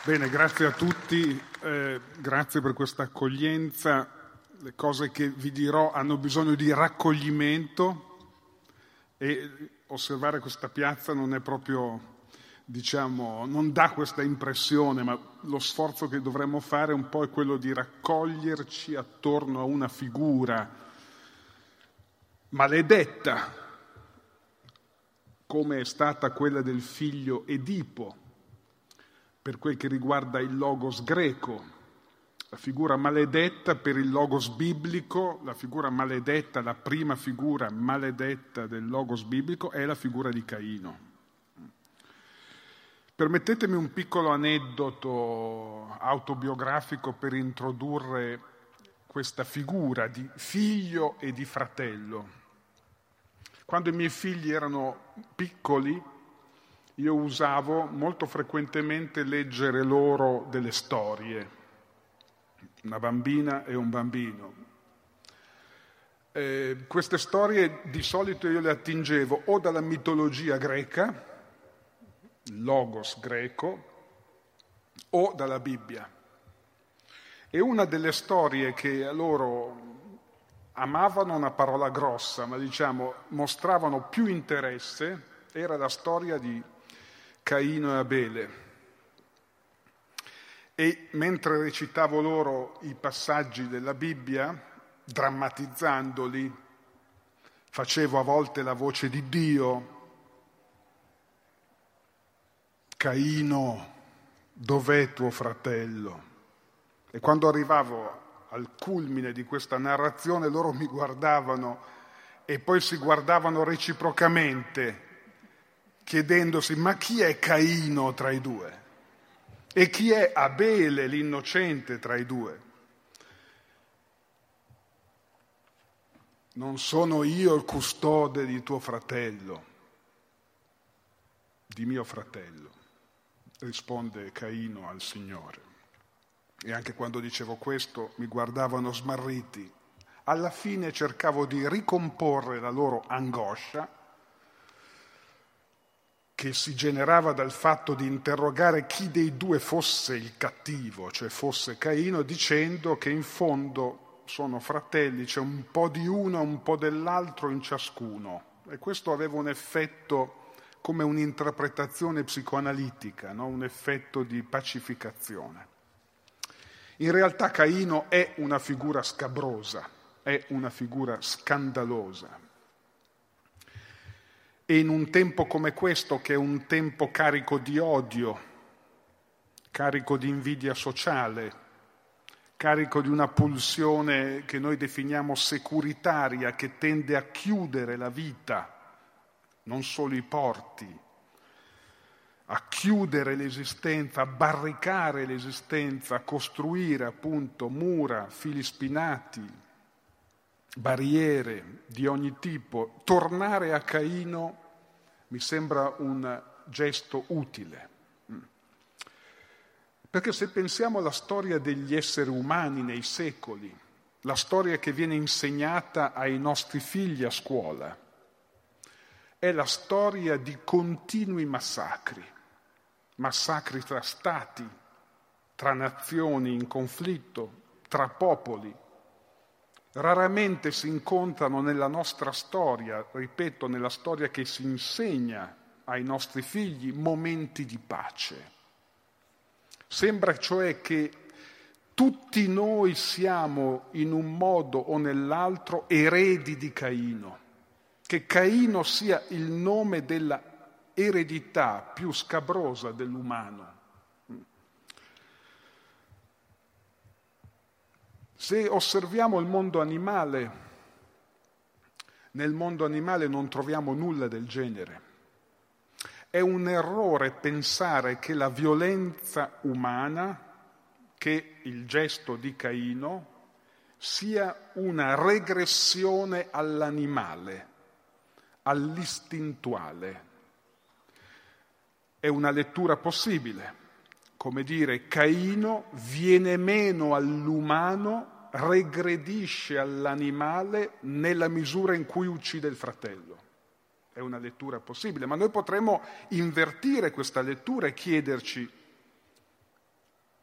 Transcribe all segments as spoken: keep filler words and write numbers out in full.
Bene, grazie a tutti, eh, grazie per questa accoglienza. Le cose che vi dirò hanno bisogno di raccoglimento e osservare questa piazza non è proprio, diciamo, non dà questa impressione, ma lo sforzo che dovremmo fare un po' è quello di raccoglierci attorno a una figura maledetta, come è stata quella del figlio Edipo, per quel che riguarda il logos greco, la figura maledetta per il logos biblico, la figura maledetta, la prima figura maledetta del logos biblico è la figura di Caino. Permettetemi un piccolo aneddoto autobiografico per introdurre questa figura di figlio e di fratello. Quando i miei figli erano piccoli, io usavo molto frequentemente leggere loro delle storie, una bambina e un bambino. Eh, queste storie di solito io le attingevo o dalla mitologia greca, il logos greco, o dalla Bibbia. E una delle storie che loro amavano una parola grossa, ma diciamo mostravano più interesse, era la storia di Caino e Abele. E mentre recitavo loro i passaggi della Bibbia, drammatizzandoli, facevo a volte la voce di Dio: Caino, dov'è tuo fratello? E quando arrivavo al culmine di questa narrazione, loro mi guardavano e poi si guardavano reciprocamente, chiedendosi: ma chi è Caino tra i due? E chi è Abele, l'innocente, tra i due? Non sono io il custode di tuo fratello, di mio fratello, risponde Caino al Signore. E anche quando dicevo questo mi guardavano smarriti. Alla fine cercavo di ricomporre la loro angoscia, che si generava dal fatto di interrogare chi dei due fosse il cattivo, cioè fosse Caino, dicendo che in fondo sono fratelli, c'è un po' di uno e un po' dell'altro in ciascuno. E questo aveva un effetto come un'interpretazione psicoanalitica, no? Un effetto di pacificazione. In realtà Caino è una figura scabrosa, è una figura scandalosa. E in un tempo come questo, che è un tempo carico di odio, carico di invidia sociale, carico di una pulsione che noi definiamo securitaria, che tende a chiudere la vita, non solo i porti, a chiudere l'esistenza, a barricare l'esistenza, a costruire appunto mura, fili spinati, barriere di ogni tipo. Tornare a Caino mi sembra un gesto utile. Perché se pensiamo alla storia degli esseri umani nei secoli, la storia che viene insegnata ai nostri figli a scuola, è la storia di continui massacri, massacri tra stati, tra nazioni in conflitto, tra popoli. Raramente si incontrano nella nostra storia, ripeto, nella storia che si insegna ai nostri figli, momenti di pace. Sembra cioè che tutti noi siamo in un modo o nell'altro eredi di Caino, che Caino sia il nome della eredità più scabrosa dell'umano. Se osserviamo il mondo animale, nel mondo animale non troviamo nulla del genere. È un errore pensare che la violenza umana, che il gesto di Caino, sia una regressione all'animale, all'istintuale. È una lettura possibile, come dire, Caino viene meno all'umano, regredisce all'animale nella misura in cui uccide il fratello. È una lettura possibile, ma noi potremmo invertire questa lettura e chiederci: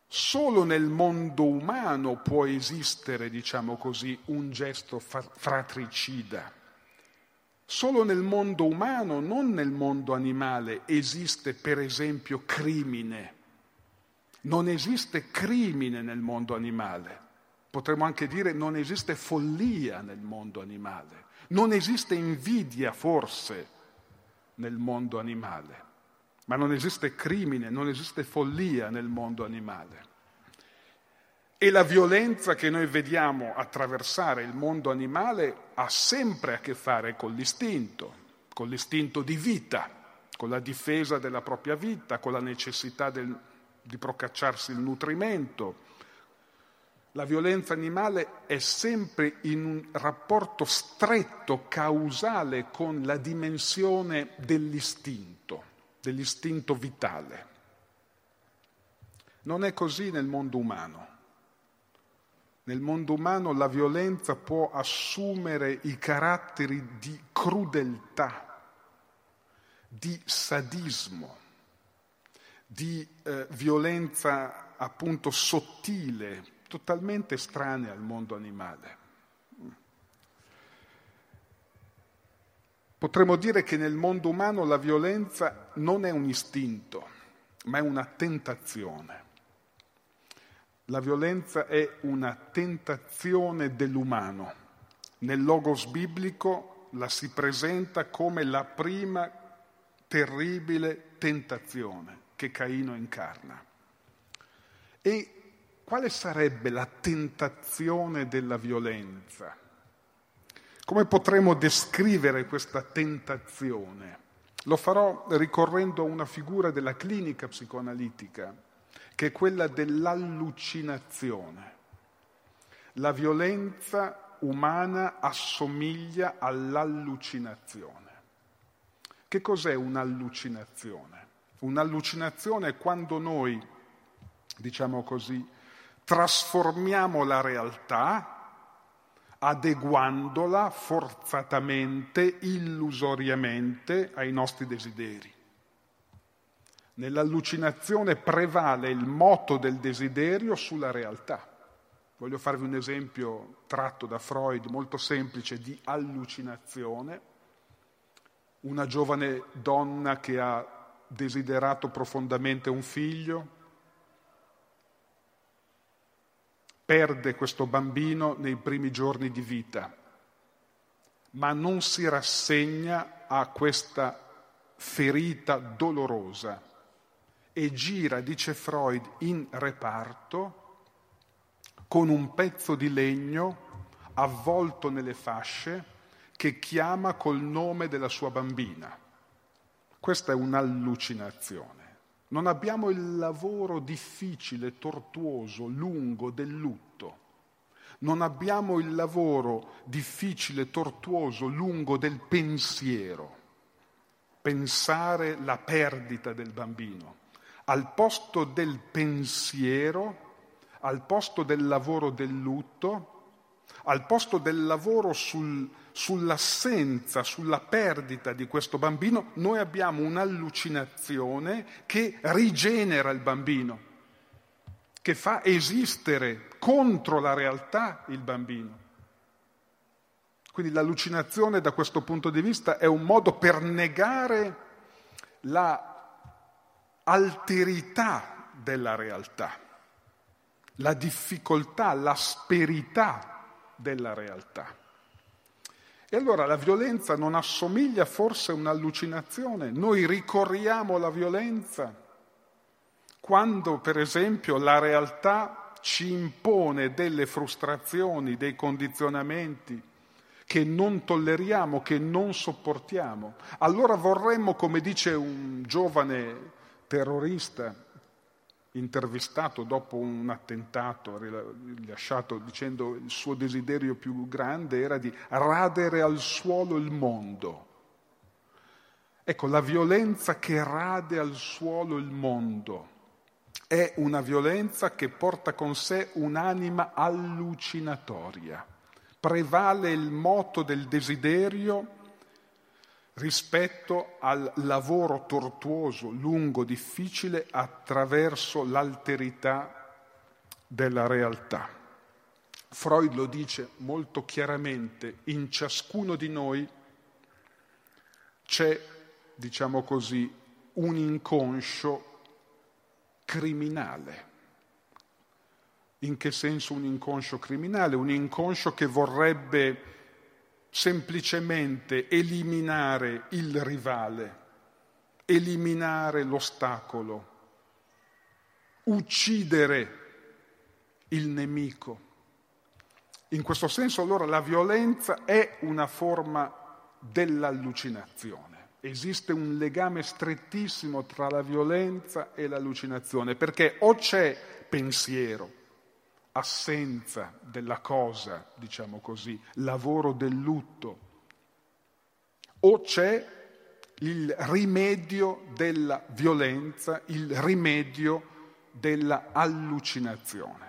Solo nel mondo umano può esistere, diciamo così, un gesto fratricida. Solo nel mondo umano, non nel mondo animale, esiste per esempio crimine. Non esiste crimine nel mondo animale. Potremmo anche dire non esiste follia nel mondo animale. Non esiste invidia forse nel mondo animale. Ma non esiste crimine, non esiste follia nel mondo animale. E la violenza che noi vediamo attraversare il mondo animale ha sempre a che fare con l'istinto, con l'istinto di vita, con la difesa della propria vita, con la necessità del, di procacciarsi il nutrimento. La violenza animale è sempre in un rapporto stretto, causale con la dimensione dell'istinto, dell'istinto vitale. Non è così nel mondo umano. Nel mondo umano la violenza può assumere i caratteri di crudeltà, di sadismo, di eh, violenza appunto sottile, totalmente estranea al mondo animale. Potremmo dire che nel mondo umano la violenza non è un istinto, ma è una tentazione. La violenza è una tentazione dell'umano. Nel logos biblico la si presenta come la prima terribile tentazione che Caino incarna. E quale sarebbe la tentazione della violenza? Come potremmo descrivere questa tentazione? Lo farò ricorrendo a una figura della clinica psicoanalitica, che è quella dell'allucinazione. La violenza umana assomiglia all'allucinazione. Che cos'è un'allucinazione? Un'allucinazione è quando noi, diciamo così, trasformiamo la realtà adeguandola forzatamente, illusoriamente ai nostri desideri. Nell'allucinazione prevale il moto del desiderio sulla realtà. Voglio farvi un esempio tratto da Freud, molto semplice, di allucinazione. Una giovane donna che ha desiderato profondamente un figlio, perde questo bambino nei primi giorni di vita, ma non si rassegna a questa ferita dolorosa e gira, dice Freud, in reparto con un pezzo di legno avvolto nelle fasce che chiama col nome della sua bambina. Questa è un'allucinazione. Non abbiamo il lavoro difficile, tortuoso, lungo del lutto. Non abbiamo il lavoro difficile, tortuoso, lungo del pensiero. Pensare la perdita del bambino. Al posto del pensiero, al posto del lavoro del lutto, al posto del lavoro sul, sull'assenza, sulla perdita di questo bambino, noi abbiamo un'allucinazione che rigenera il bambino, che fa esistere contro la realtà il bambino. Quindi l'allucinazione da questo punto di vista è un modo per negare la alterità della realtà, la difficoltà, l'asperità della realtà. E allora la violenza non assomiglia forse a un'allucinazione? Noi ricorriamo alla violenza quando, per esempio, la realtà ci impone delle frustrazioni, dei condizionamenti che non tolleriamo, che non sopportiamo. Allora vorremmo, come dice un giovane terrorista intervistato dopo un attentato rilasciato, dicendo il suo desiderio più grande era di radere al suolo il mondo. Ecco, la violenza che rade al suolo il mondo è una violenza che porta con sé un'anima allucinatoria. Prevale il moto del desiderio rispetto al lavoro tortuoso, lungo, difficile attraverso l'alterità della realtà. Freud lo dice molto chiaramente: in ciascuno di noi c'è, diciamo così, un inconscio criminale. In che senso un inconscio criminale? Un inconscio che vorrebbe semplicemente eliminare il rivale, eliminare l'ostacolo, uccidere il nemico. In questo senso, allora, la violenza è una forma dell'allucinazione. Esiste un legame strettissimo tra la violenza e l'allucinazione, perché o c'è pensiero, assenza della cosa, diciamo così, lavoro del lutto, o c'è il rimedio della violenza, il rimedio della allucinazione.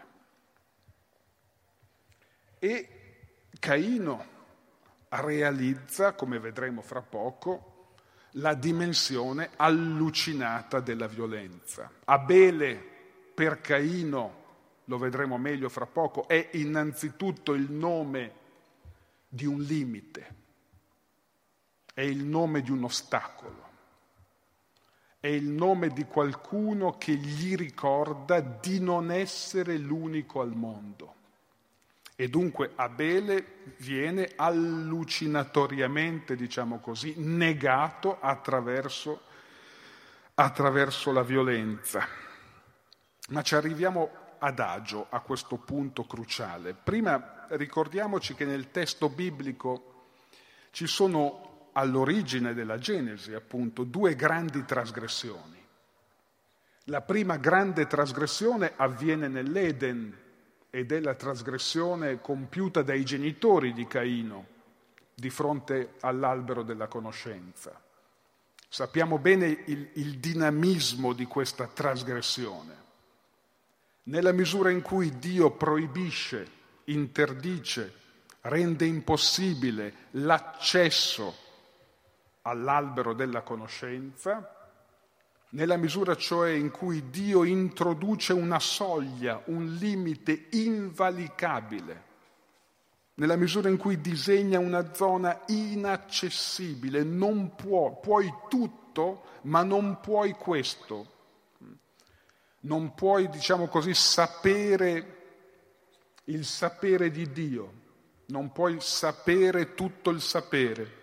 E Caino realizza, come vedremo fra poco, la dimensione allucinata della violenza. Abele, per Caino, lo vedremo meglio fra poco, è innanzitutto il nome di un limite, è il nome di un ostacolo, è il nome di qualcuno che gli ricorda di non essere l'unico al mondo. E dunque Abele viene allucinatoriamente, diciamo così, negato attraverso, attraverso la violenza. Ma ci arriviamo adagio a questo punto cruciale. Prima ricordiamoci che nel testo biblico ci sono all'origine della Genesi, appunto, due grandi trasgressioni. La prima grande trasgressione avviene nell'Eden ed è la trasgressione compiuta dai genitori di Caino di fronte all'albero della conoscenza. Sappiamo bene il, il dinamismo di questa trasgressione. Nella misura in cui Dio proibisce, interdice, rende impossibile l'accesso all'albero della conoscenza, nella misura cioè in cui Dio introduce una soglia, un limite invalicabile, nella misura in cui disegna una zona inaccessibile, non può, puoi tutto, ma non puoi questo. Non puoi, diciamo così, sapere il sapere di Dio, non puoi sapere tutto il sapere.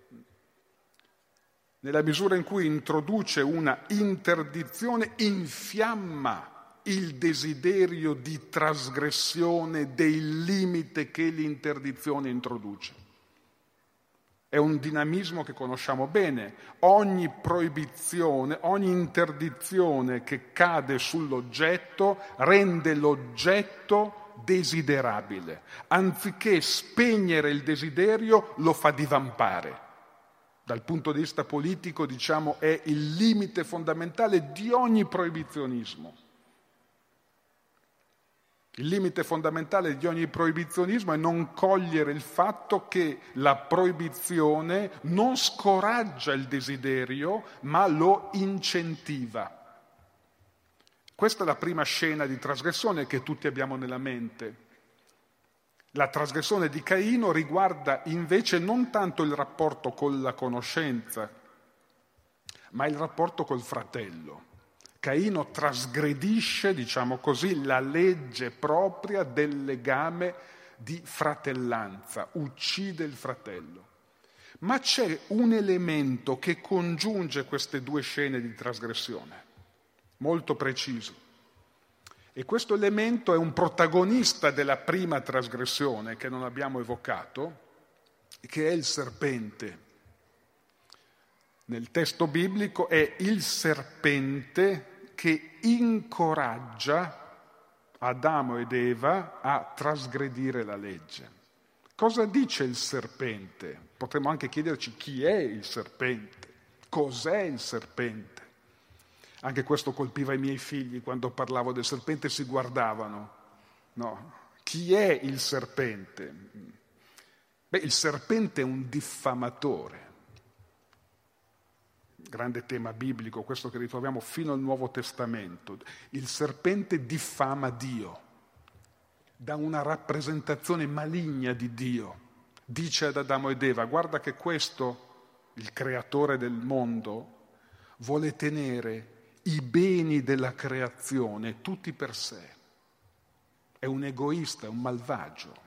Nella misura in cui introduce una interdizione, infiamma il desiderio di trasgressione del limite che l'interdizione introduce. È un dinamismo che conosciamo bene. Ogni proibizione, ogni interdizione che cade sull'oggetto rende l'oggetto desiderabile. Anziché spegnere il desiderio, lo fa divampare. Dal punto di vista politico, diciamo, è il limite fondamentale di ogni proibizionismo. Il limite fondamentale di ogni proibizionismo è non cogliere il fatto che la proibizione non scoraggia il desiderio, ma lo incentiva. Questa è la prima scena di trasgressione che tutti abbiamo nella mente. La trasgressione di Caino riguarda invece non tanto il rapporto con la conoscenza, ma il rapporto col fratello. Caino trasgredisce, diciamo così, la legge propria del legame di fratellanza, uccide il fratello. Ma c'è un elemento che congiunge queste due scene di trasgressione, molto preciso. E questo elemento è un protagonista della prima trasgressione che non abbiamo evocato, che è il serpente. Nel testo biblico è il serpente che incoraggia Adamo ed Eva a trasgredire la legge. Cosa dice il serpente? Potremmo anche chiederci chi è il serpente, cos'è il serpente. Anche questo colpiva i miei figli quando parlavo del serpente, si guardavano. No, chi è il serpente? Beh, il serpente è un diffamatore. Grande tema biblico, questo che ritroviamo fino al Nuovo Testamento. Il serpente diffama Dio. da una rappresentazione maligna di Dio. Dice ad Adamo ed Eva: guarda che questo, il creatore del mondo, vuole tenere i beni della creazione tutti per sé. È un egoista, è un malvagio.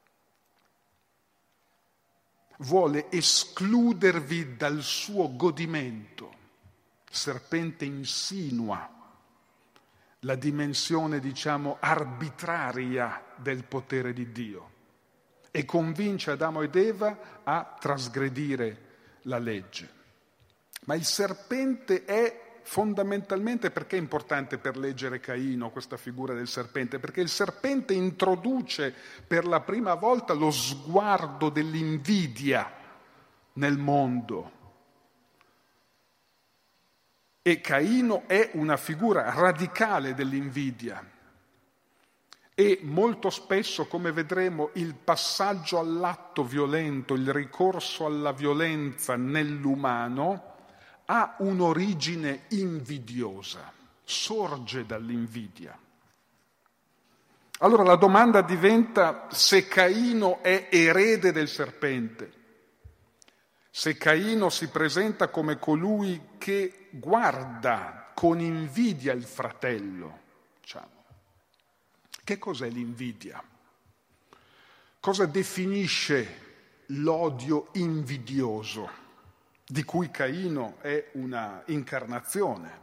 Vuole escludervi dal suo godimento. Il serpente insinua la dimensione, diciamo, arbitraria del potere di Dio e convince Adamo ed Eva a trasgredire la legge. Ma il serpente è fondamentalmente, perché è importante per leggere Caino questa figura del serpente? Perché il serpente introduce per la prima volta lo sguardo dell'invidia nel mondo. E Caino è una figura radicale dell'invidia. E molto spesso, come vedremo, il passaggio all'atto violento, il ricorso alla violenza nell'umano ha un'origine invidiosa, sorge dall'invidia. Allora la domanda diventa se Caino è erede del serpente, se Caino si presenta come colui che guarda con invidia il fratello, diciamo. Che cos'è l'invidia? Cosa definisce l'odio invidioso, di cui Caino è una incarnazione?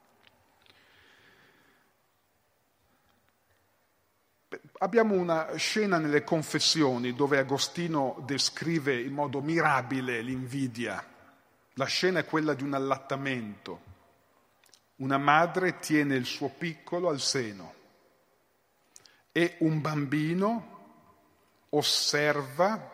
Abbiamo una scena nelle Confessioni dove Agostino descrive in modo mirabile l'invidia. La scena è quella di un allattamento. Una madre tiene il suo piccolo al seno e un bambino osserva,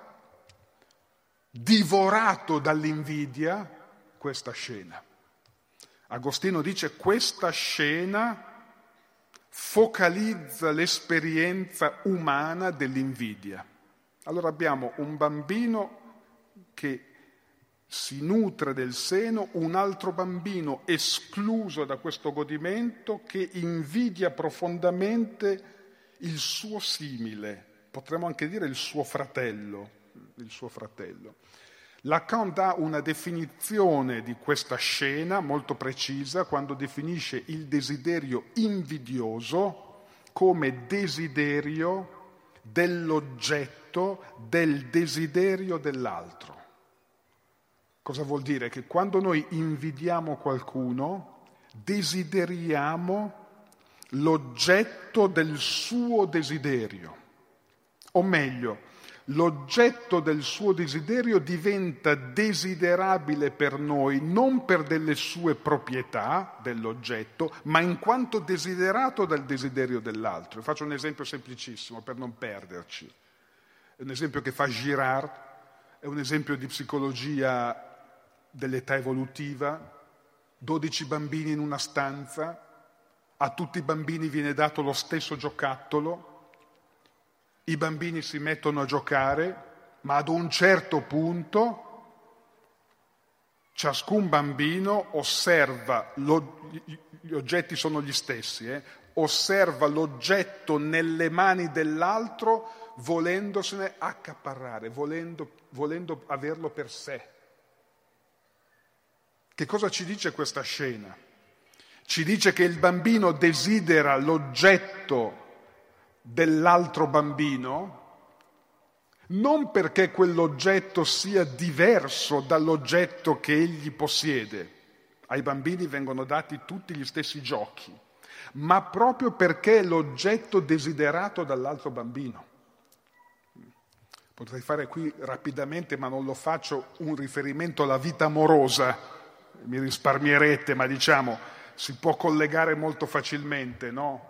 divorato dall'invidia, questa scena. Agostino dice: questa scena focalizza l'esperienza umana dell'invidia. Allora abbiamo un bambino che si nutre del seno, un altro bambino escluso da questo godimento che invidia profondamente il suo simile, potremmo anche dire il suo fratello, il suo fratello. Lacan dà una definizione di questa scena molto precisa quando definisce il desiderio invidioso come desiderio dell'oggetto del desiderio dell'altro. Cosa vuol dire? Che quando noi invidiamo qualcuno, desideriamo l'oggetto del suo desiderio, o meglio, l'oggetto del suo desiderio diventa desiderabile per noi non per delle sue proprietà dell'oggetto, ma in quanto desiderato dal desiderio dell'altro. Faccio un esempio semplicissimo per non perderci. È un esempio che fa Girard, è un esempio di psicologia dell'età evolutiva. dodici bambini in una stanza, a tutti i bambini viene dato lo stesso giocattolo. I bambini si mettono a giocare, ma ad un certo punto ciascun bambino osserva, lo, gli oggetti sono gli stessi, eh, osserva l'oggetto nelle mani dell'altro volendosene accaparrare, volendo, volendo averlo per sé. Che cosa ci dice questa scena? Ci dice che il bambino desidera l'oggetto dell'altro bambino non perché quell'oggetto sia diverso dall'oggetto che egli possiede. Ai bambini vengono dati tutti gli stessi giochi, ma proprio perché è l'oggetto desiderato dall'altro bambino. Potrei fare qui rapidamente, ma non lo faccio, un riferimento alla vita amorosa. Mi risparmierete, ma diciamo si può collegare molto facilmente, no?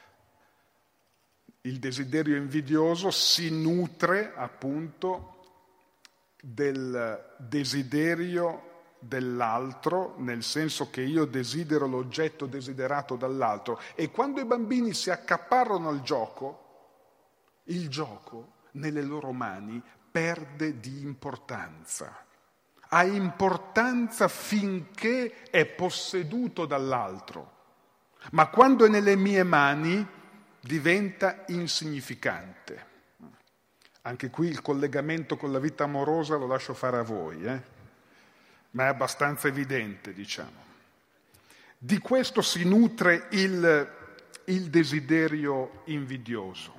Il desiderio invidioso si nutre appunto del desiderio dell'altro, nel senso che io desidero l'oggetto desiderato dall'altro, e quando i bambini si accaparrano al gioco, il gioco nelle loro mani perde di importanza. Ha importanza finché è posseduto dall'altro, ma quando è nelle mie mani diventa insignificante. Anche qui il collegamento con la vita amorosa lo lascio fare a voi, eh? Ma è abbastanza evidente, diciamo. Di questo si nutre il, il desiderio invidioso,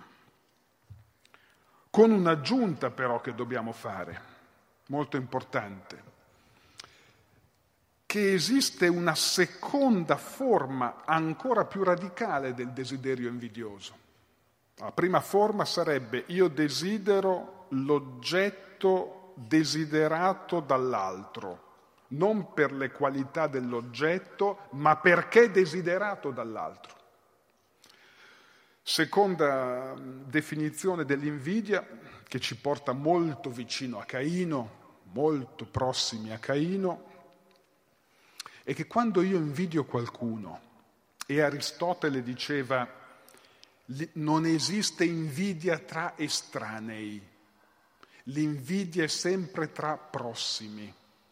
con un'aggiunta però che dobbiamo fare, molto importante, che esiste una seconda forma ancora più radicale del desiderio invidioso. La prima forma sarebbe: io desidero l'oggetto desiderato dall'altro, non per le qualità dell'oggetto, ma perché è desiderato dall'altro. Seconda definizione dell'invidia, che ci porta molto vicino a Caino, molto prossimi a Caino, è che quando io invidio qualcuno, e Aristotele diceva non esiste invidia tra estranei, l'invidia è sempre tra prossimi.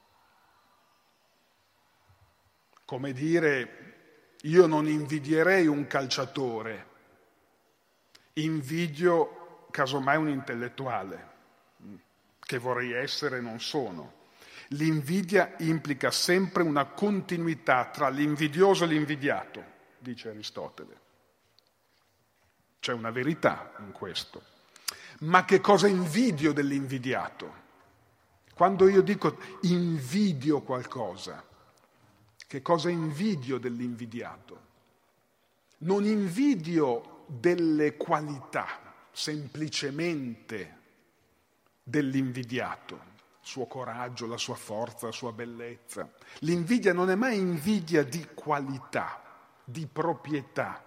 Come dire, io non invidierei un calciatore, invidio casomai un intellettuale, che vorrei essere e non sono. L'invidia implica sempre una continuità tra l'invidioso e l'invidiato, dice Aristotele. C'è una verità in questo. Ma che cosa invidio dell'invidiato? Quando io dico invidio qualcosa, che cosa invidio dell'invidiato? Non invidio delle qualità semplicemente dell'invidiato, il suo coraggio, la sua forza, la sua bellezza. L'invidia non è mai invidia di qualità, di proprietà.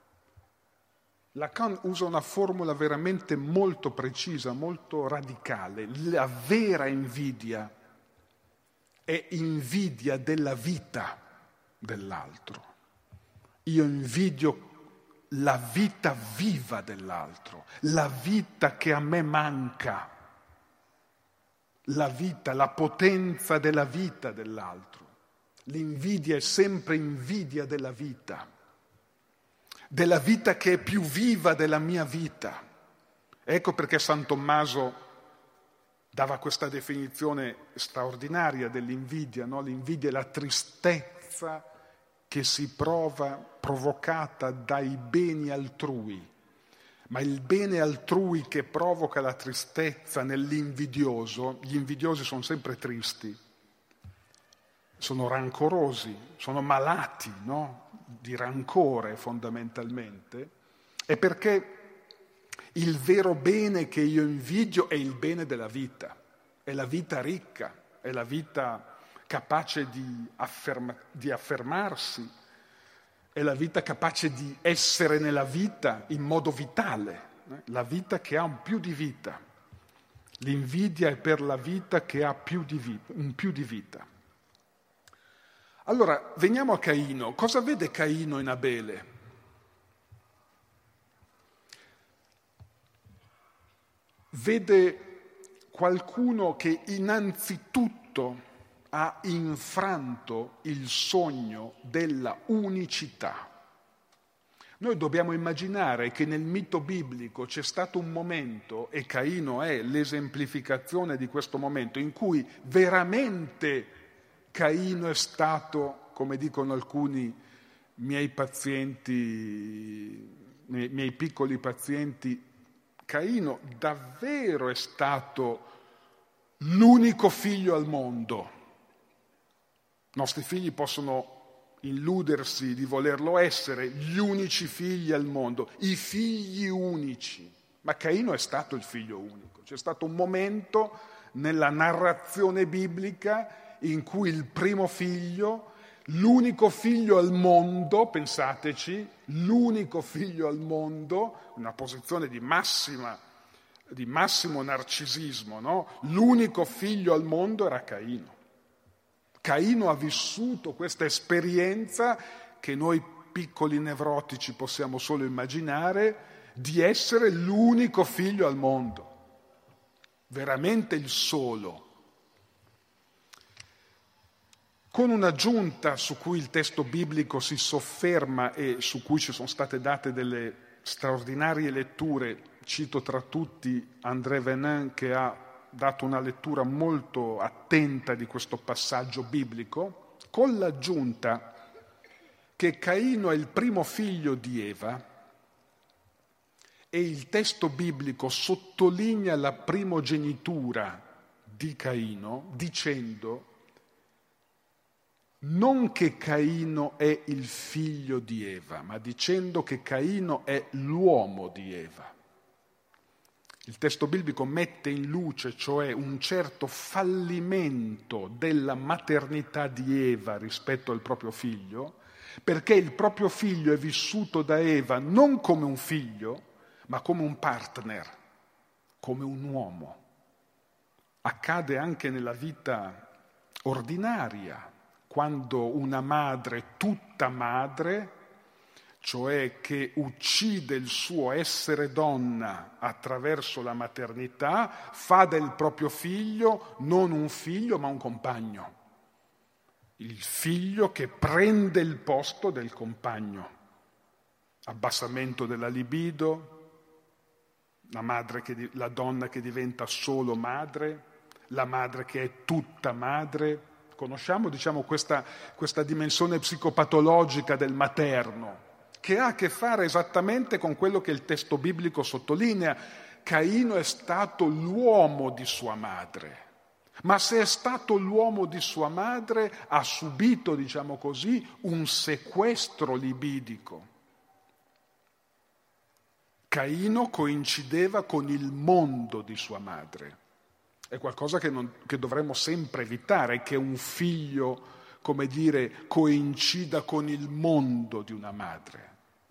Lacan usa una formula veramente molto precisa, molto radicale. La vera invidia è invidia della vita dell'altro. Io invidio la vita viva dell'altro, la vita che a me manca, la vita, la potenza della vita dell'altro. L'invidia è sempre invidia della vita, della vita che è più viva della mia vita. Ecco perché San Tommaso dava questa definizione straordinaria dell'invidia, no? L'invidia è la tristezza che si prova provocata dai beni altrui, ma il bene altrui che provoca la tristezza nell'invidioso, gli invidiosi sono sempre tristi, sono rancorosi, sono malati, no? Di rancore fondamentalmente, è perché il vero bene che io invidio è il bene della vita, è la vita ricca, è la vita capace di, afferma, di affermarsi, è la vita capace di essere nella vita in modo vitale, eh? La vita che ha un più di vita. L'invidia è per la vita che ha più di vita, un più di vita. Allora, veniamo a Caino. Cosa vede Caino in Abele? Vede qualcuno che innanzitutto ha infranto il sogno della unicità. Noi dobbiamo immaginare che nel mito biblico c'è stato un momento, e Caino è l'esemplificazione di questo momento, in cui veramente Caino è stato, come dicono alcuni miei pazienti, miei, miei piccoli pazienti, Caino davvero è stato l'unico figlio al mondo. I nostri figli possono illudersi di volerlo essere, gli unici figli al mondo, i figli unici. Ma Caino è stato il figlio unico. C'è stato un momento nella narrazione biblica in cui il primo figlio, l'unico figlio al mondo, pensateci, l'unico figlio al mondo, una posizione di massima, di massimo narcisismo, no? L'unico figlio al mondo era Caino. Caino ha vissuto questa esperienza che noi piccoli nevrotici possiamo solo immaginare, di essere l'unico figlio al mondo, veramente il solo. Con un'aggiunta su cui il testo biblico si sofferma e su cui ci sono state date delle straordinarie letture, cito tra tutti André Venin che ha dato una lettura molto attenta di questo passaggio biblico, con l'aggiunta che Caino è il primo figlio di Eva e il testo biblico sottolinea la primogenitura di Caino dicendo non che Caino è il figlio di Eva, ma dicendo che Caino è l'uomo di Eva. Il testo biblico mette in luce, cioè, un certo fallimento della maternità di Eva rispetto al proprio figlio, perché il proprio figlio è vissuto da Eva non come un figlio, ma come un partner, come un uomo. Accade anche nella vita ordinaria, quando una madre, tutta madre, cioè che uccide il suo essere donna attraverso la maternità, fa del proprio figlio non un figlio ma un compagno. Il figlio che prende il posto del compagno. Abbassamento della libido, la, madre che, la donna che diventa solo madre, la madre che è tutta madre. Conosciamo, diciamo, questa, questa dimensione psicopatologica del materno, che ha a che fare esattamente con quello che il testo biblico sottolinea. Caino è stato l'uomo di sua madre, ma se è stato l'uomo di sua madre ha subito, diciamo così, un sequestro libidico. Caino coincideva con il mondo di sua madre. È qualcosa che, non, che dovremmo sempre evitare, che un figlio, come dire, coincida con il mondo di una madre.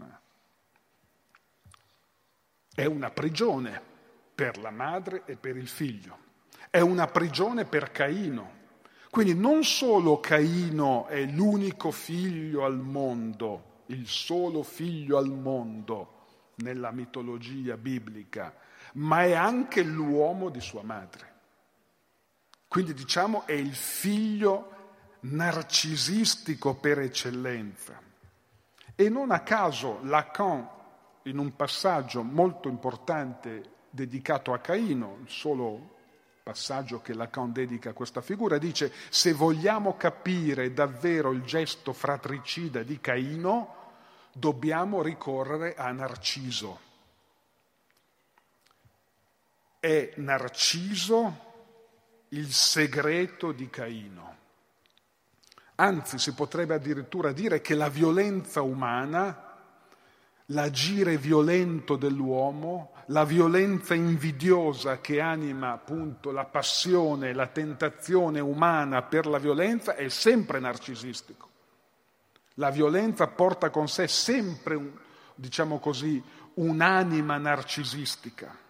È una prigione per la madre e per il figlio. È una prigione per Caino. Quindi non solo Caino è l'unico figlio al mondo, il solo figlio al mondo nella mitologia biblica, ma è anche l'uomo di sua madre. Quindi diciamo è il figlio narcisistico per eccellenza. E non a caso Lacan, in un passaggio molto importante dedicato a Caino, il solo passaggio che Lacan dedica a questa figura, dice: se vogliamo capire davvero il gesto fratricida di Caino, dobbiamo ricorrere a Narciso. È Narciso il segreto di Caino. Anzi, si potrebbe addirittura dire che la violenza umana, l'agire violento dell'uomo, la violenza invidiosa che anima appunto la passione, la tentazione umana per la violenza, è sempre narcisistico. La violenza porta con sé sempre, un, diciamo così, un'anima narcisistica.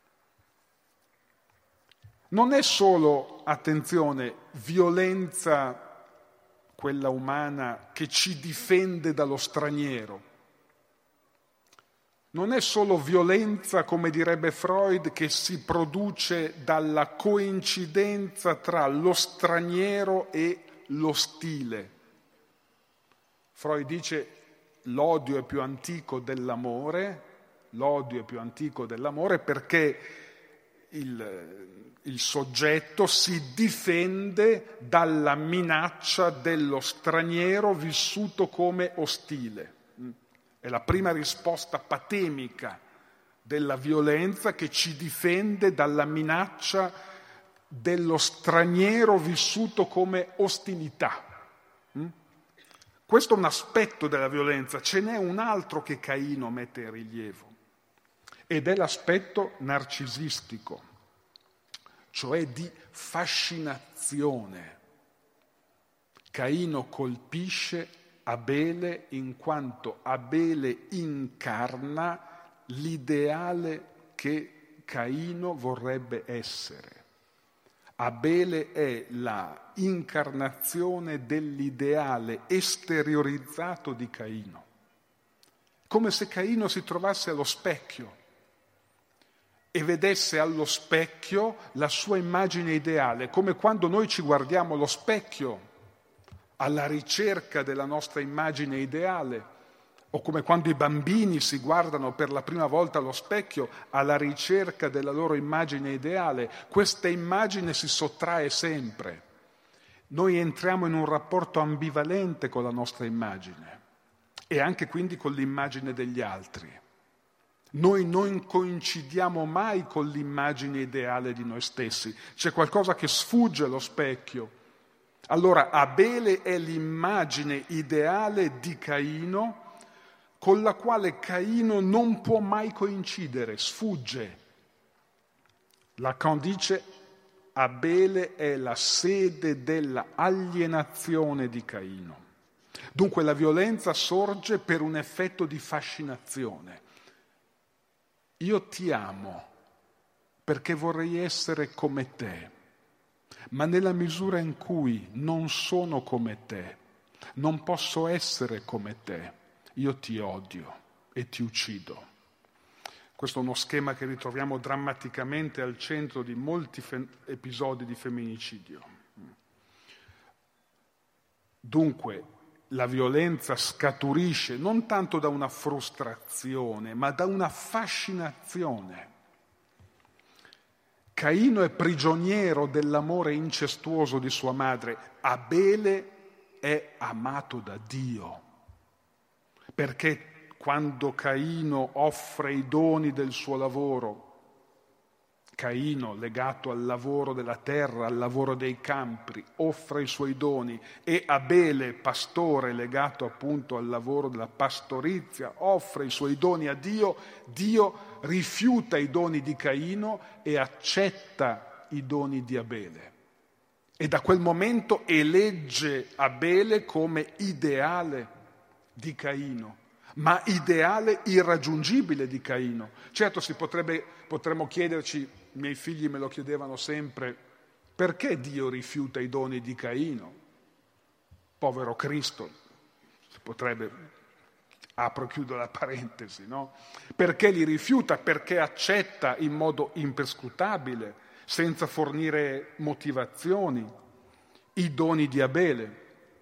Non è solo, attenzione, violenza quella umana che ci difende dallo straniero. Non è solo violenza, come direbbe Freud, che si produce dalla coincidenza tra lo straniero e l'ostile. Freud dice l'odio è più antico dell'amore, l'odio è più antico dell'amore perché il, il soggetto si difende dalla minaccia dello straniero vissuto come ostile. È la prima risposta patemica della violenza che ci difende dalla minaccia dello straniero vissuto come ostilità. Questo è un aspetto della violenza, ce n'è un altro che Caino mette in rilievo, ed è l'aspetto narcisistico, cioè di fascinazione. Caino colpisce Abele in quanto Abele incarna l'ideale che Caino vorrebbe essere. Abele è la incarnazione dell'ideale esteriorizzato di Caino, come se Caino si trovasse allo specchio e vedesse allo specchio la sua immagine ideale, come quando noi ci guardiamo allo specchio alla ricerca della nostra immagine ideale. O come quando i bambini si guardano per la prima volta allo specchio alla ricerca della loro immagine ideale, questa immagine si sottrae sempre. Noi entriamo in un rapporto ambivalente con la nostra immagine e anche quindi con l'immagine degli altri. Noi non coincidiamo mai con l'immagine ideale di noi stessi, c'è qualcosa che sfugge allo specchio. Allora Abele è l'immagine ideale di Caino con la quale Caino non può mai coincidere, sfugge. Lacan dice: Abele è la sede della alienazione di Caino. Dunque la violenza sorge per un effetto di fascinazione. Io ti amo perché vorrei essere come te, ma nella misura in cui non sono come te, non posso essere come te, io ti odio e ti uccido. Questo è uno schema che ritroviamo drammaticamente al centro di molti fe- episodi di femminicidio. Dunque, la violenza scaturisce non tanto da una frustrazione, ma da una fascinazione. Caino è prigioniero dell'amore incestuoso di sua madre. Abele è amato da Dio, perché quando Caino offre i doni del suo lavoro, Caino, legato al lavoro della terra, al lavoro dei campi, offre i suoi doni, e Abele, pastore, legato appunto al lavoro della pastorizia, offre i suoi doni a Dio, Dio rifiuta i doni di Caino e accetta i doni di Abele. E da quel momento elegge Abele come ideale di Caino, ma ideale irraggiungibile di Caino. Certo, si potrebbe, potremmo chiederci, i miei figli me lo chiedevano sempre, perché Dio rifiuta i doni di Caino? Povero Cristo, si potrebbe, apro e chiudo la parentesi, no? Perché li rifiuta? Perché accetta in modo imperscrutabile, senza fornire motivazioni, i doni di Abele.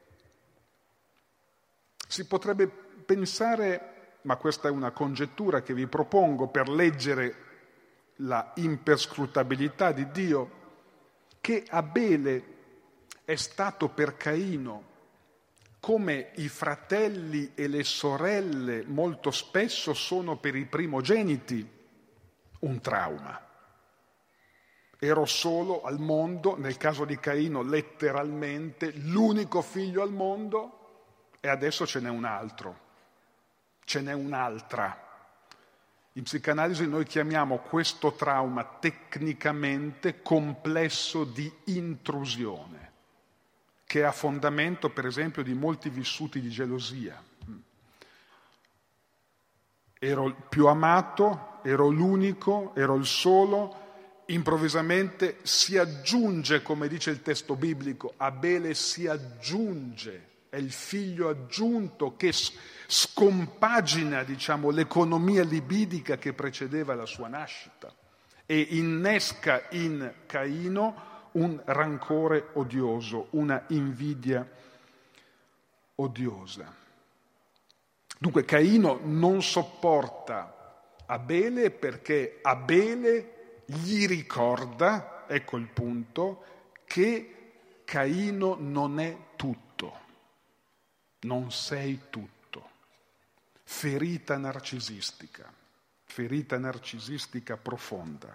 Si potrebbe pensare, ma questa è una congettura che vi propongo per leggere la imperscrutabilità di Dio, che Abele è stato per Caino come i fratelli e le sorelle molto spesso sono per i primogeniti un trauma. Ero solo al mondo, nel caso di Caino letteralmente l'unico figlio al mondo, e adesso ce n'è un altro, ce n'è un'altra. In psicanalisi noi chiamiamo questo trauma tecnicamente complesso di intrusione, che è a fondamento, per esempio, di molti vissuti di gelosia. Ero il più amato, ero l'unico, ero il solo, improvvisamente si aggiunge, come dice il testo biblico, Abele si aggiunge, è il figlio aggiunto che scompagina, diciamo, l'economia libidica che precedeva la sua nascita e innesca in Caino un rancore odioso, una invidia odiosa. Dunque Caino non sopporta Abele perché Abele gli ricorda, ecco il punto, che Caino non è tutto, non sei tutto. Ferita narcisistica, ferita narcisistica profonda.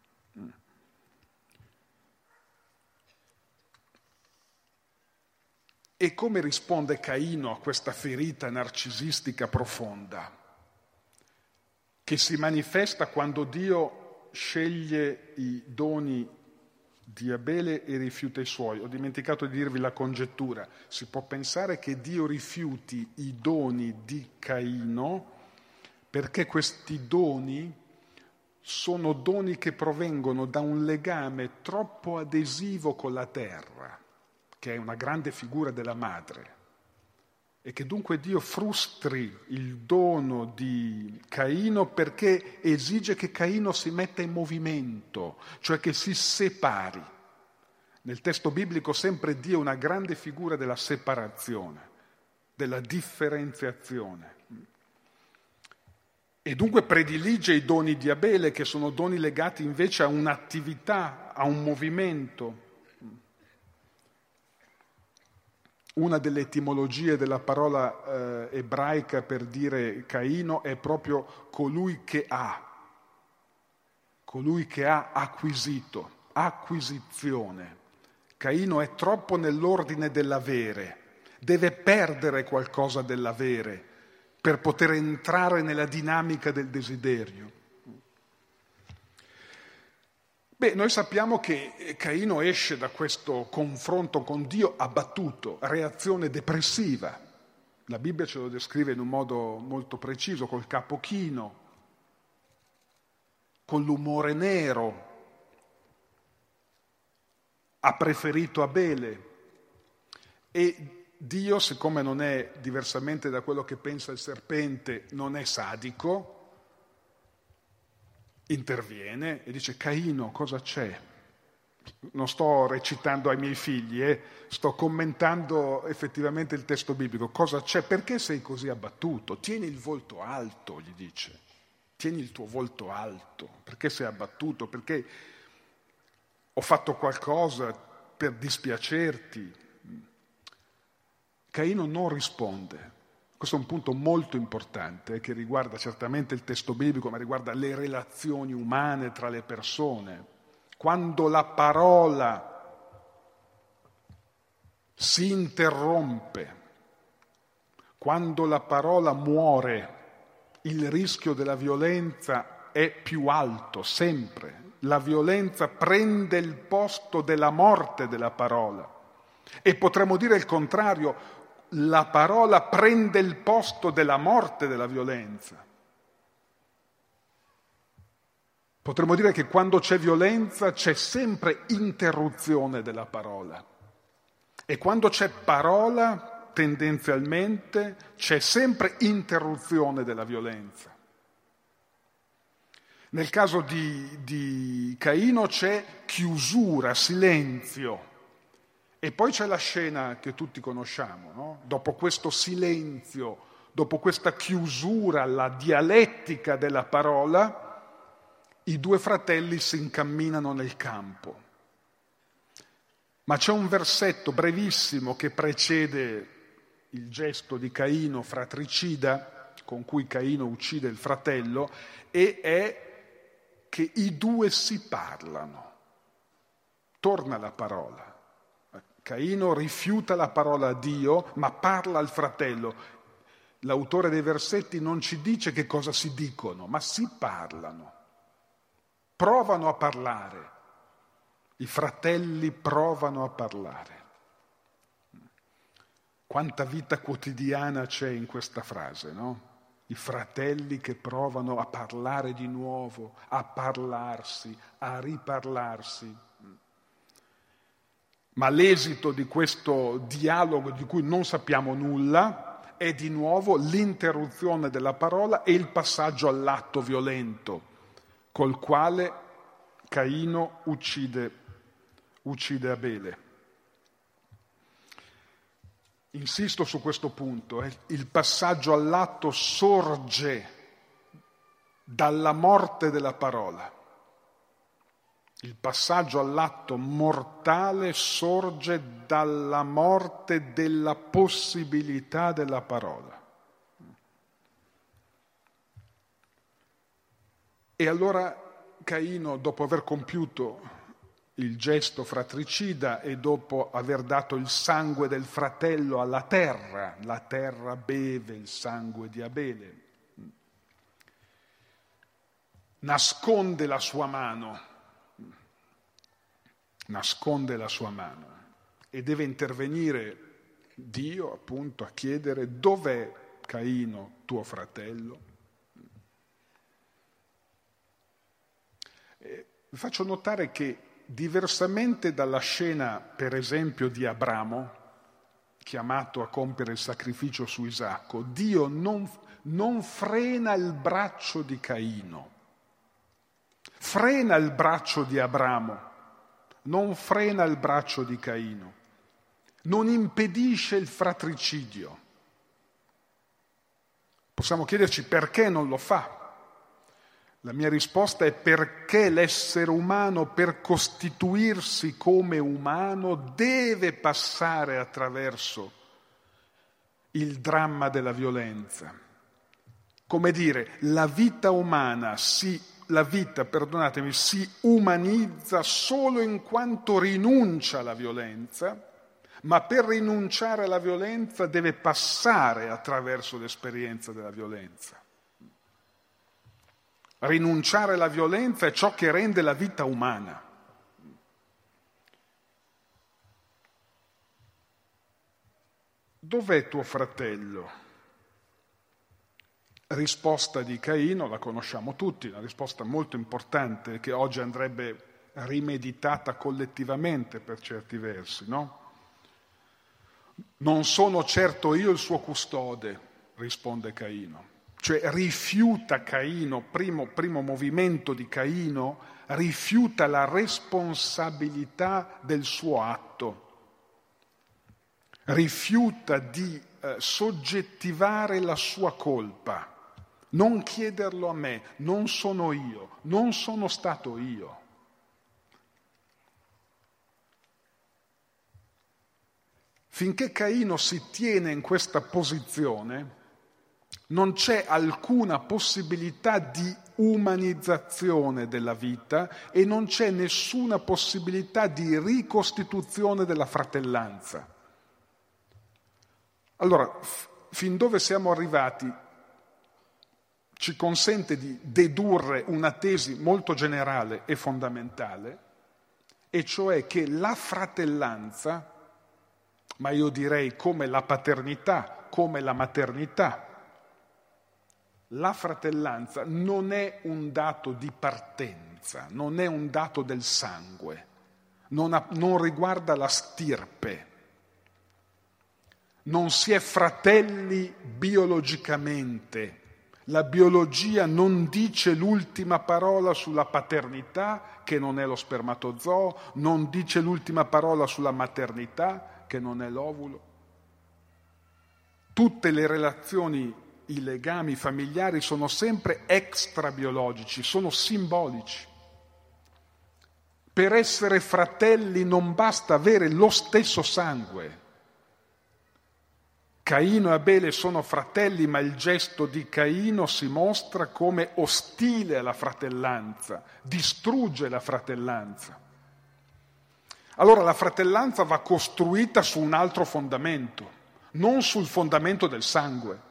E come risponde Caino a questa ferita narcisistica profonda, che si manifesta quando Dio sceglie i doni di Abele e rifiuta i suoi? Ho dimenticato di dirvi la congettura. Si può pensare che Dio rifiuti i doni di Caino perché questi doni sono doni che provengono da un legame troppo adesivo con la terra, che è una grande figura della madre, e che dunque Dio frustri il dono di Caino perché esige che Caino si metta in movimento, cioè che si separi. Nel testo biblico sempre Dio è una grande figura della separazione, della differenziazione. E dunque predilige i doni di Abele, che sono doni legati invece a un'attività, a un movimento. Una delle etimologie della parola eh, ebraica per dire Caino è proprio colui che ha, colui che ha acquisito, acquisizione. Caino è troppo nell'ordine dell'avere, deve perdere qualcosa dell'avere per poter entrare nella dinamica del desiderio. Beh, noi sappiamo che Caino esce da questo confronto con Dio abbattuto, reazione depressiva. La Bibbia ce lo descrive in un modo molto preciso, col capo chino, con l'umore nero. Ha preferito Abele e Dio, siccome non è, diversamente da quello che pensa il serpente, non è sadico, interviene e dice: Caino, cosa c'è? Non sto recitando ai miei figli, eh? Sto commentando effettivamente il testo biblico. Cosa c'è? Perché sei così abbattuto? Tieni il volto alto, gli dice. Tieni il tuo volto alto. Perché sei abbattuto? Perché ho fatto qualcosa per dispiacerti? Caino non risponde. Questo è un punto molto importante eh, che riguarda certamente il testo biblico, ma riguarda le relazioni umane tra le persone. Quando la parola si interrompe, quando la parola muore, il rischio della violenza è più alto, sempre. La violenza prende il posto della morte della parola. E potremmo dire il contrario: la parola prende il posto della morte della violenza. Potremmo dire che quando c'è violenza c'è sempre interruzione della parola. E quando c'è parola, tendenzialmente, c'è sempre interruzione della violenza. Nel caso di, di Caino c'è chiusura, silenzio. E poi c'è la scena che tutti conosciamo, no? Dopo questo silenzio, dopo questa chiusura alla dialettica della parola, i due fratelli si incamminano nel campo. Ma c'è un versetto brevissimo che precede il gesto di Caino fratricida, con cui Caino uccide il fratello, e è che i due si parlano. Torna la parola. Caino rifiuta la parola a Dio, ma parla al fratello. L'autore dei versetti non ci dice che cosa si dicono, ma si parlano. Provano a parlare. I fratelli provano a parlare. Quanta vita quotidiana c'è in questa frase, no? I fratelli che provano a parlare di nuovo, a parlarsi, a riparlarsi. Ma l'esito di questo dialogo di cui non sappiamo nulla è di nuovo l'interruzione della parola e il passaggio all'atto violento col quale Caino uccide, uccide Abele. Insisto su questo punto, eh. Il passaggio all'atto sorge dalla morte della parola. Il passaggio all'atto mortale sorge dalla morte della possibilità della parola. E allora Caino, dopo aver compiuto il gesto fratricida e dopo aver dato il sangue del fratello alla terra, la terra beve il sangue di Abele, nasconde la sua mano. nasconde la sua mano e deve intervenire Dio appunto a chiedere: dov'è Caino, tuo fratello? E vi faccio notare che diversamente dalla scena, per esempio, di Abramo, chiamato a compiere il sacrificio su Isacco, Dio non, non frena il braccio di Caino, frena il braccio di Abramo, non frena il braccio di Caino, non impedisce il fratricidio. Possiamo chiederci perché non lo fa. La mia risposta è perché l'essere umano, per costituirsi come umano, deve passare attraverso il dramma della violenza. Come dire, la vita umana si, la vita, perdonatemi, si umanizza solo in quanto rinuncia alla violenza, ma per rinunciare alla violenza deve passare attraverso l'esperienza della violenza. Rinunciare alla violenza è ciò che rende la vita umana. Dov'è tuo fratello? Risposta di Caino, la conosciamo tutti, una risposta molto importante che oggi andrebbe rimeditata collettivamente per certi versi, no? Non sono certo io il suo custode, risponde Caino. Cioè rifiuta Caino, primo, primo movimento di Caino, rifiuta la responsabilità del suo atto, rifiuta di eh, soggettivare la sua colpa, non chiederlo a me, non sono io, non sono stato io. Finché Caino si tiene in questa posizione, non c'è alcuna possibilità di umanizzazione della vita e non c'è nessuna possibilità di ricostituzione della fratellanza. Allora, f- fin dove siamo arrivati ci consente di dedurre una tesi molto generale e fondamentale, e cioè che la fratellanza, ma io direi come la paternità, come la maternità, la fratellanza non è un dato di partenza, non è un dato del sangue, non, ha, non riguarda la stirpe. Non si è fratelli biologicamente. La biologia non dice l'ultima parola sulla paternità, che non è lo spermatozoo, non dice l'ultima parola sulla maternità, che non è l'ovulo. Tutte le relazioni, i legami familiari sono sempre extrabiologici, sono simbolici. Per essere fratelli non basta avere lo stesso sangue. Caino e Abele sono fratelli, ma il gesto di Caino si mostra come ostile alla fratellanza, distrugge la fratellanza. Allora la fratellanza va costruita su un altro fondamento, non sul fondamento del sangue.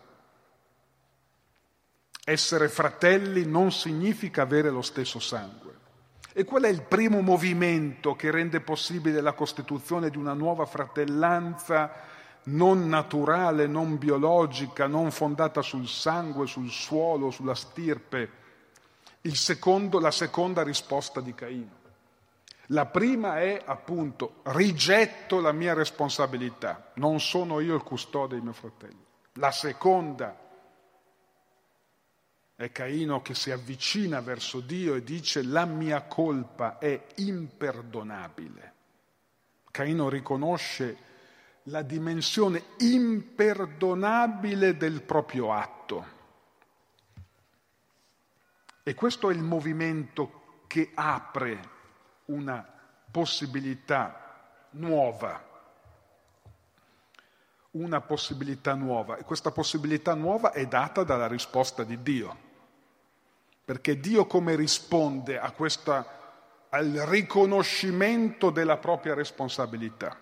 Essere fratelli non significa avere lo stesso sangue. E qual è il primo movimento che rende possibile la costituzione di una nuova fratellanza non naturale, non biologica, non fondata sul sangue, sul suolo, sulla stirpe? Il secondo, la seconda risposta di Caino. La prima è appunto: rigetto la mia responsabilità, non sono io il custode dei miei fratelli. La seconda è Caino che si avvicina verso Dio e dice: la mia colpa è imperdonabile. Caino riconosce la dimensione imperdonabile del proprio atto. E questo è il movimento che apre una possibilità nuova. Una possibilità nuova. E questa possibilità nuova è data dalla risposta di Dio. Perché Dio come risponde a questa, al riconoscimento della propria responsabilità?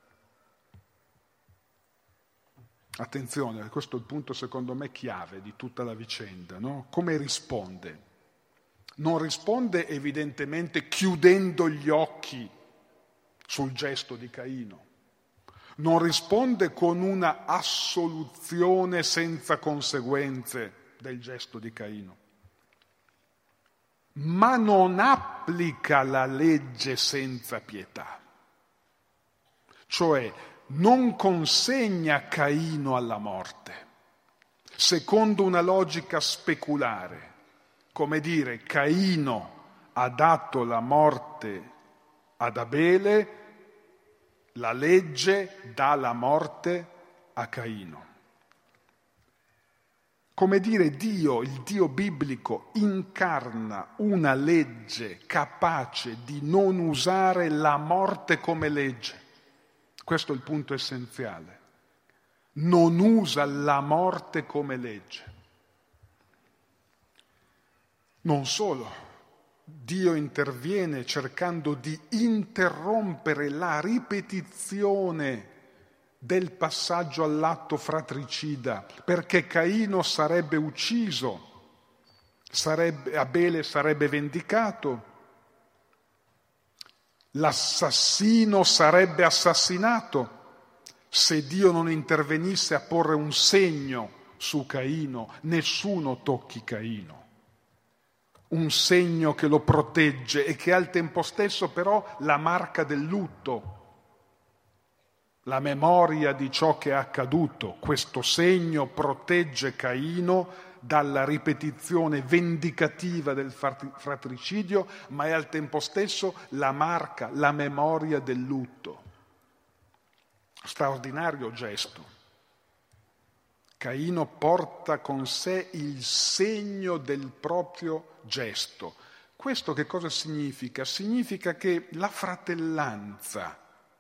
Attenzione, questo è il punto secondo me chiave di tutta la vicenda, no? Come risponde? Non risponde evidentemente chiudendo gli occhi sul gesto di Caino. Non risponde con una assoluzione senza conseguenze del gesto di Caino. Ma non applica la legge senza pietà. Cioè, non consegna Caino alla morte, secondo una logica speculare. Come dire, Caino ha dato la morte ad Abele, la legge dà la morte a Caino. Come dire, Dio, il Dio biblico, incarna una legge capace di non usare la morte come legge. Questo è il punto essenziale. Non usa la morte come legge. Non solo, Dio interviene cercando di interrompere la ripetizione del passaggio all'atto fratricida, perché Caino sarebbe ucciso, sarebbe, Abele sarebbe vendicato, l'assassino sarebbe assassinato se Dio non intervenisse a porre un segno su Caino. Nessuno tocchi Caino, un segno che lo protegge e che al tempo stesso però la marca del lutto, la memoria di ciò che è accaduto. Questo segno protegge Caino dalla ripetizione vendicativa del fratricidio, ma è al tempo stesso la marca, la memoria del lutto. Straordinario gesto. Caino porta con sé il segno del proprio gesto. Questo che cosa significa? Significa che la fratellanza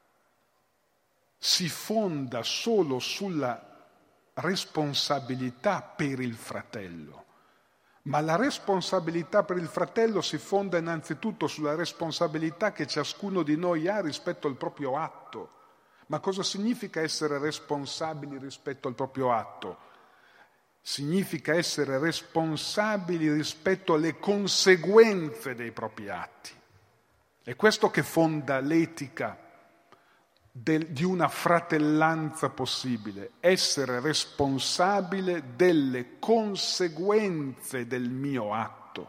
si fonda solo sulla responsabilità per il fratello, ma la responsabilità per il fratello si fonda innanzitutto sulla responsabilità che ciascuno di noi ha rispetto al proprio atto. Ma cosa significa essere responsabili rispetto al proprio atto? Significa essere responsabili rispetto alle conseguenze dei propri atti. È questo che fonda l'etica Del, di una fratellanza possibile, essere responsabile delle conseguenze del mio atto.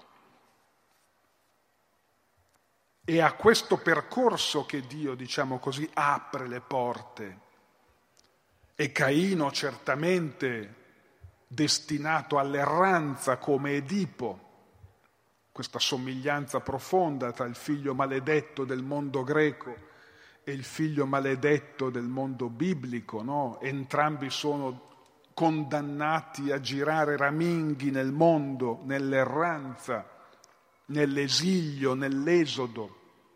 È a questo percorso che Dio, diciamo così, apre le porte. E Caino certamente destinato all'erranza come Edipo, questa somiglianza profonda tra il figlio maledetto del mondo greco e il figlio maledetto del mondo biblico, no? Entrambi sono condannati a girare raminghi nel mondo, nell'erranza, nell'esilio, nell'esodo,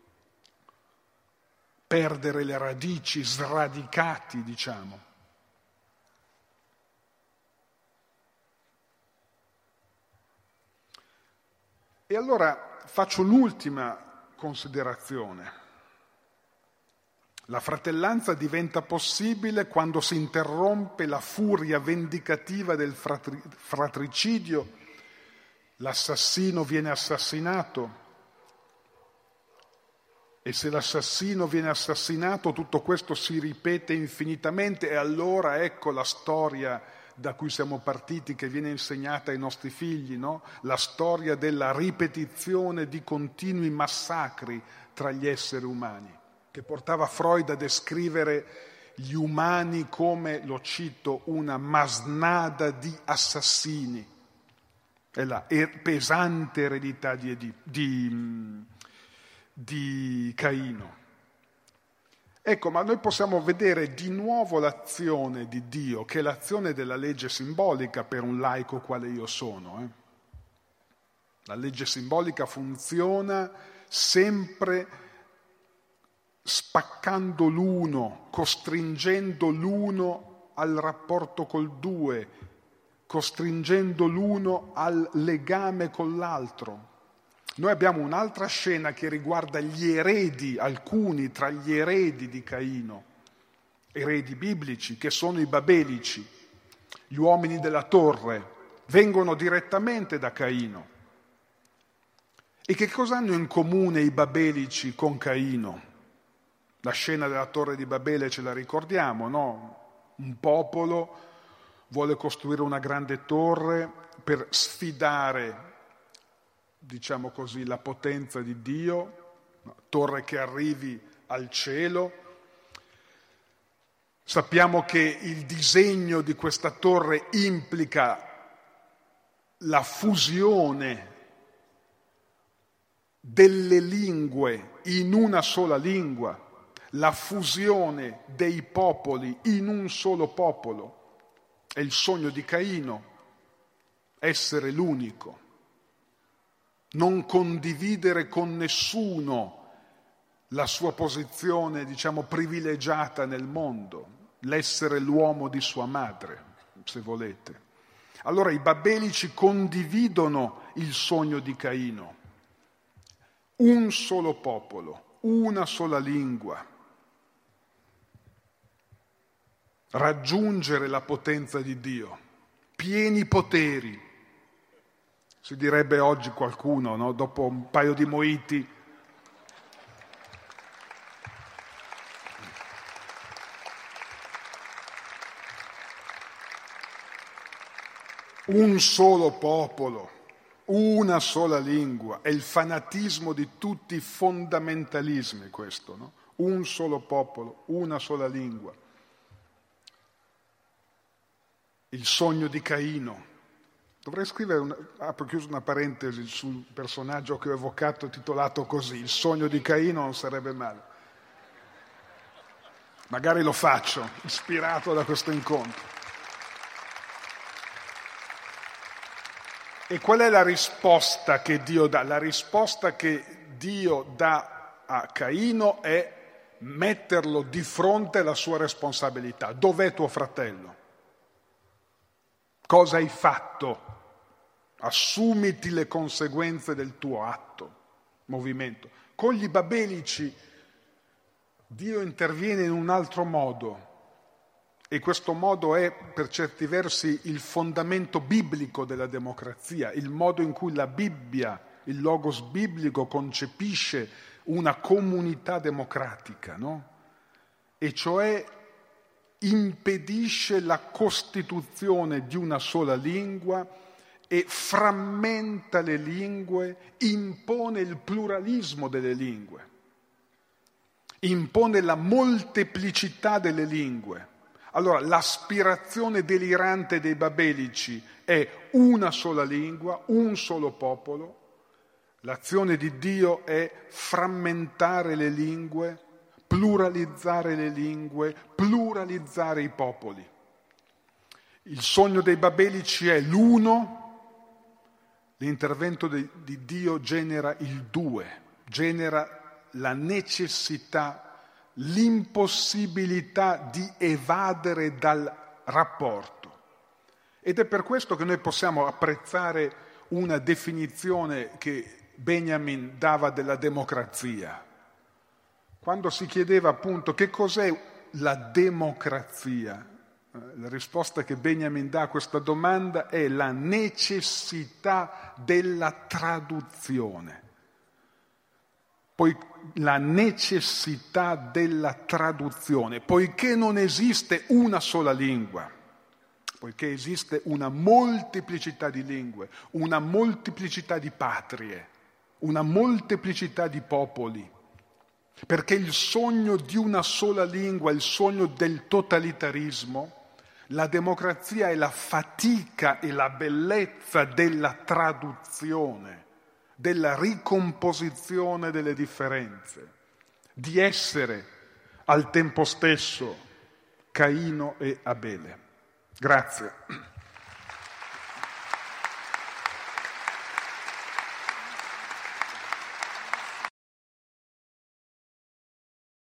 perdere le radici, sradicati, diciamo. E allora faccio un'ultima considerazione. La fratellanza diventa possibile quando si interrompe la furia vendicativa del fratri- fratricidio, l'assassino viene assassinato e se l'assassino viene assassinato tutto questo si ripete infinitamente e allora ecco la storia da cui siamo partiti che viene insegnata ai nostri figli, no? La storia della ripetizione di continui massacri tra gli esseri umani, che portava Freud a descrivere gli umani come, lo cito, una masnada di assassini. È la pesante eredità di, di, di Caino. Ecco, ma noi possiamo vedere di nuovo l'azione di Dio, che è l'azione della legge simbolica per un laico quale io sono. Eh? La legge simbolica funziona sempre spaccando l'uno, costringendo l'uno al rapporto col due, costringendo l'uno al legame con l'altro. Noi abbiamo un'altra scena che riguarda gli eredi, alcuni tra gli eredi di Caino, eredi biblici, che sono i babelici, gli uomini della torre, vengono direttamente da Caino. E che cosa hanno in comune i babelici con Caino? La scena della torre di Babele ce la ricordiamo, no? Un popolo vuole costruire una grande torre per sfidare, diciamo così, la potenza di Dio, torre che arrivi al cielo. Sappiamo che il disegno di questa torre implica la fusione delle lingue in una sola lingua, la fusione dei popoli in un solo popolo. È il sogno di Caino. essere l'unico, non condividere con nessuno la sua posizione, diciamo, privilegiata nel mondo, l'essere l'uomo di sua madre, se volete. Allora i babelici condividono il sogno di Caino, un solo popolo, una sola lingua, raggiungere la potenza di Dio, pieni poteri, si direbbe oggi qualcuno, no? Dopo un paio di moiti, un solo popolo, una sola lingua, è il fanatismo di tutti i fondamentalismi questo, no? Un solo popolo, una sola lingua. Il sogno di Caino. Dovrei scrivere, una, apro chiuso una parentesi sul personaggio che ho evocato titolato così, il sogno di Caino non sarebbe male. Magari lo faccio, ispirato da questo incontro. E qual è la risposta che Dio dà? La risposta che Dio dà a Caino è metterlo di fronte alla sua responsabilità. Dov'è tuo fratello? Cosa hai fatto? Assumiti le conseguenze del tuo atto, movimento. Con gli babelici Dio interviene in un altro modo e questo modo è per certi versi il fondamento biblico della democrazia, il modo in cui la Bibbia, il logos biblico concepisce una comunità democratica, no? E cioè impedisce la costituzione di una sola lingua e frammenta le lingue, impone il pluralismo delle lingue, impone la molteplicità delle lingue. Allora, l'aspirazione delirante dei babelici è una sola lingua, un solo popolo. L'azione di Dio è frammentare le lingue, pluralizzare le lingue, pluralizzare i popoli. Il sogno dei babelici è l'uno, l'intervento di, di Dio genera il due, genera la necessità, l'impossibilità di evadere dal rapporto. Ed è per questo che noi possiamo apprezzare una definizione che Benjamin dava della democrazia. Quando si chiedeva appunto che cos'è la democrazia, la risposta che Benjamin dà a questa domanda è la necessità della traduzione. Poi la necessità della traduzione, poiché non esiste una sola lingua, poiché esiste una molteplicità di lingue, una molteplicità di patrie, una molteplicità di popoli, perché il sogno di una sola lingua, il sogno del totalitarismo, la democrazia è la fatica e la bellezza della traduzione, della ricomposizione delle differenze, di essere al tempo stesso Caino e Abele. Grazie.